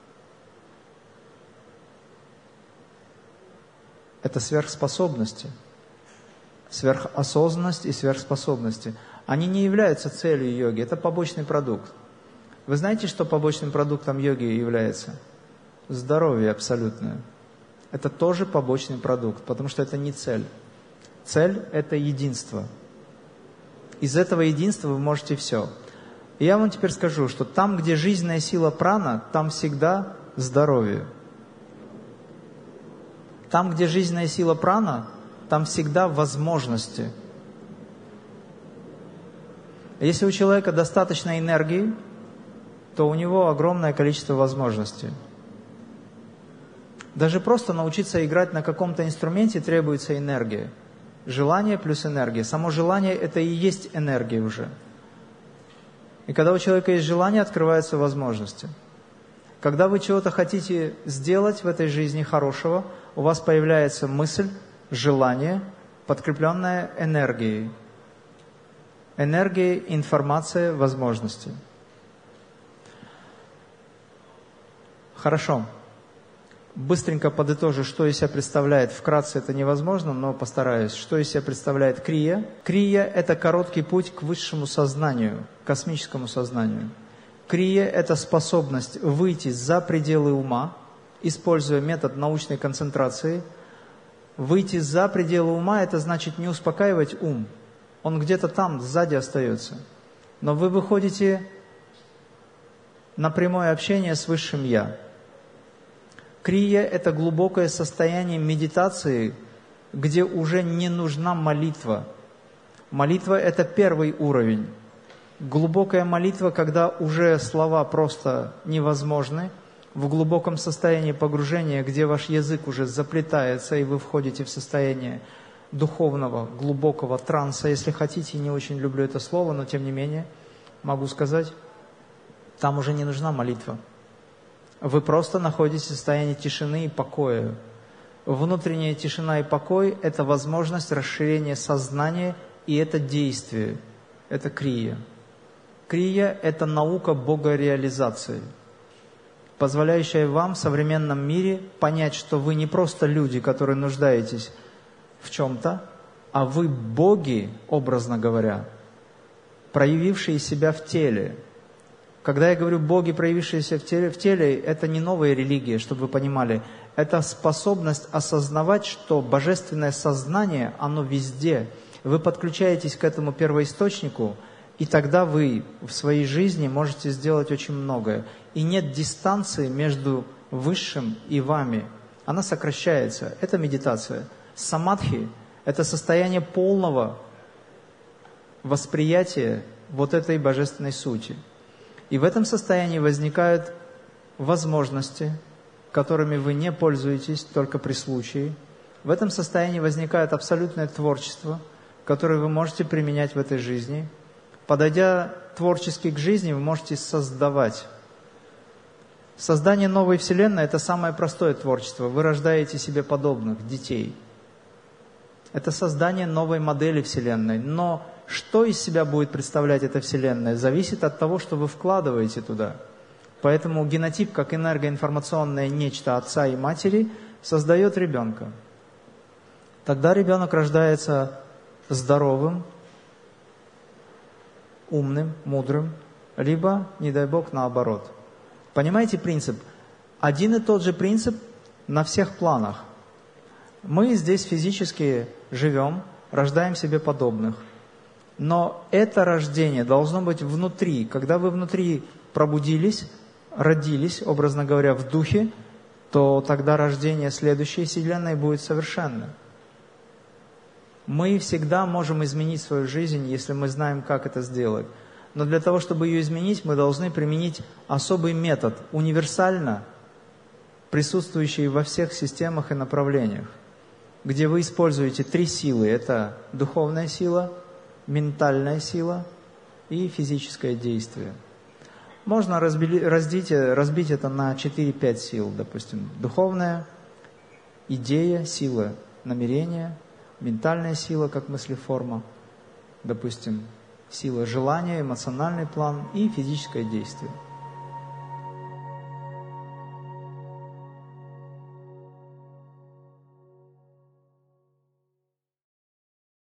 Это сверхспособности. Сверхосознанность и сверхспособности. Они не являются целью йоги, это побочный продукт. Вы знаете, что побочным продуктом йоги является? Здоровье абсолютное. Это тоже побочный продукт, потому что это не цель. Цель – это единство. Из этого единства вы можете все. И я вам теперь скажу, что там, где жизненная сила прана, там всегда здоровье. Там, где жизненная сила прана, там всегда возможности. Если у человека достаточно энергии, то у него огромное количество возможностей. Даже просто научиться играть на каком-то инструменте требуется энергия. Желание плюс энергия. Само желание – это и есть энергия уже. И когда у человека есть желание, открываются возможности. Когда вы чего-то хотите сделать в этой жизни хорошего, у вас появляется мысль, желание, подкрепленное энергией. Энергия, информация, возможности. Хорошо. Быстренько подытожу, что из себя представляет. Вкратце это невозможно, но постараюсь. Что из себя представляет крия? Крия – это короткий путь к высшему сознанию, космическому сознанию. Крия – это способность выйти за пределы ума, используя метод научной концентрации. Выйти за пределы ума – это значит не успокаивать ум. Он где-то там, сзади остается. Но вы выходите на прямое общение с Высшим Я. Крия – это глубокое состояние медитации, где уже не нужна молитва. Молитва – это первый уровень. Глубокая молитва, когда уже слова просто невозможны, в глубоком состоянии погружения, где ваш язык уже заплетается, и вы входите в состояние духовного, глубокого транса, если хотите, не очень люблю это слово, но тем не менее, могу сказать, там уже не нужна молитва. Вы просто находитесь в состоянии тишины и покоя. Внутренняя тишина и покой – это возможность расширения сознания, и это действие, это крия. Крия – это наука богореализации, позволяющая вам в современном мире понять, что вы не просто люди, которые нуждаетесь в чем-то, а вы боги, образно говоря. проявившие себя в теле. Когда я говорю боги, проявившиеся в теле, в теле, это не новая религия, чтобы вы понимали. Это способность осознавать, что божественное сознание, оно везде. Вы подключаетесь к этому первоисточнику, и тогда вы в своей жизни можете сделать очень многое. И нет дистанции между высшим и вами. Она сокращается. Это медитация. Самадхи – это состояние полного восприятия вот этой божественной сути. И в этом состоянии возникают возможности, которыми вы не пользуетесь только при случае. В этом состоянии возникает абсолютное творчество, которое вы можете применять в этой жизни. Подойдя творчески к жизни, вы можете создавать. Создание новой Вселенной – это самое простое творчество. Вы рождаете себе подобных детей. Это создание новой модели Вселенной. Но что из себя будет представлять эта Вселенная, зависит от того, что вы вкладываете туда. Поэтому генотип, как энергоинформационное нечто отца и матери, создает ребенка. Тогда ребенок рождается здоровым, умным, мудрым, либо, не дай Бог, наоборот. Понимаете принцип? Один и тот же принцип на всех планах. Мы здесь физически живем, рождаем себе подобных. Но это рождение должно быть внутри. Когда вы внутри пробудились, родились, образно говоря, в духе, то тогда рождение следующей Вселенной будет совершенным. Мы всегда можем изменить свою жизнь, если мы знаем, как это сделать. Но для того, чтобы ее изменить, мы должны применить особый метод, универсально присутствующий во всех системах и направлениях, где вы используете три силы. Это духовная сила, ментальная сила и физическое действие. Можно разбили, раздить, разбить это на четыре-пять сил, допустим. Духовная, идея, сила намерения, ментальная сила, как мыслеформа, допустим, сила желания, эмоциональный план и физическое действие.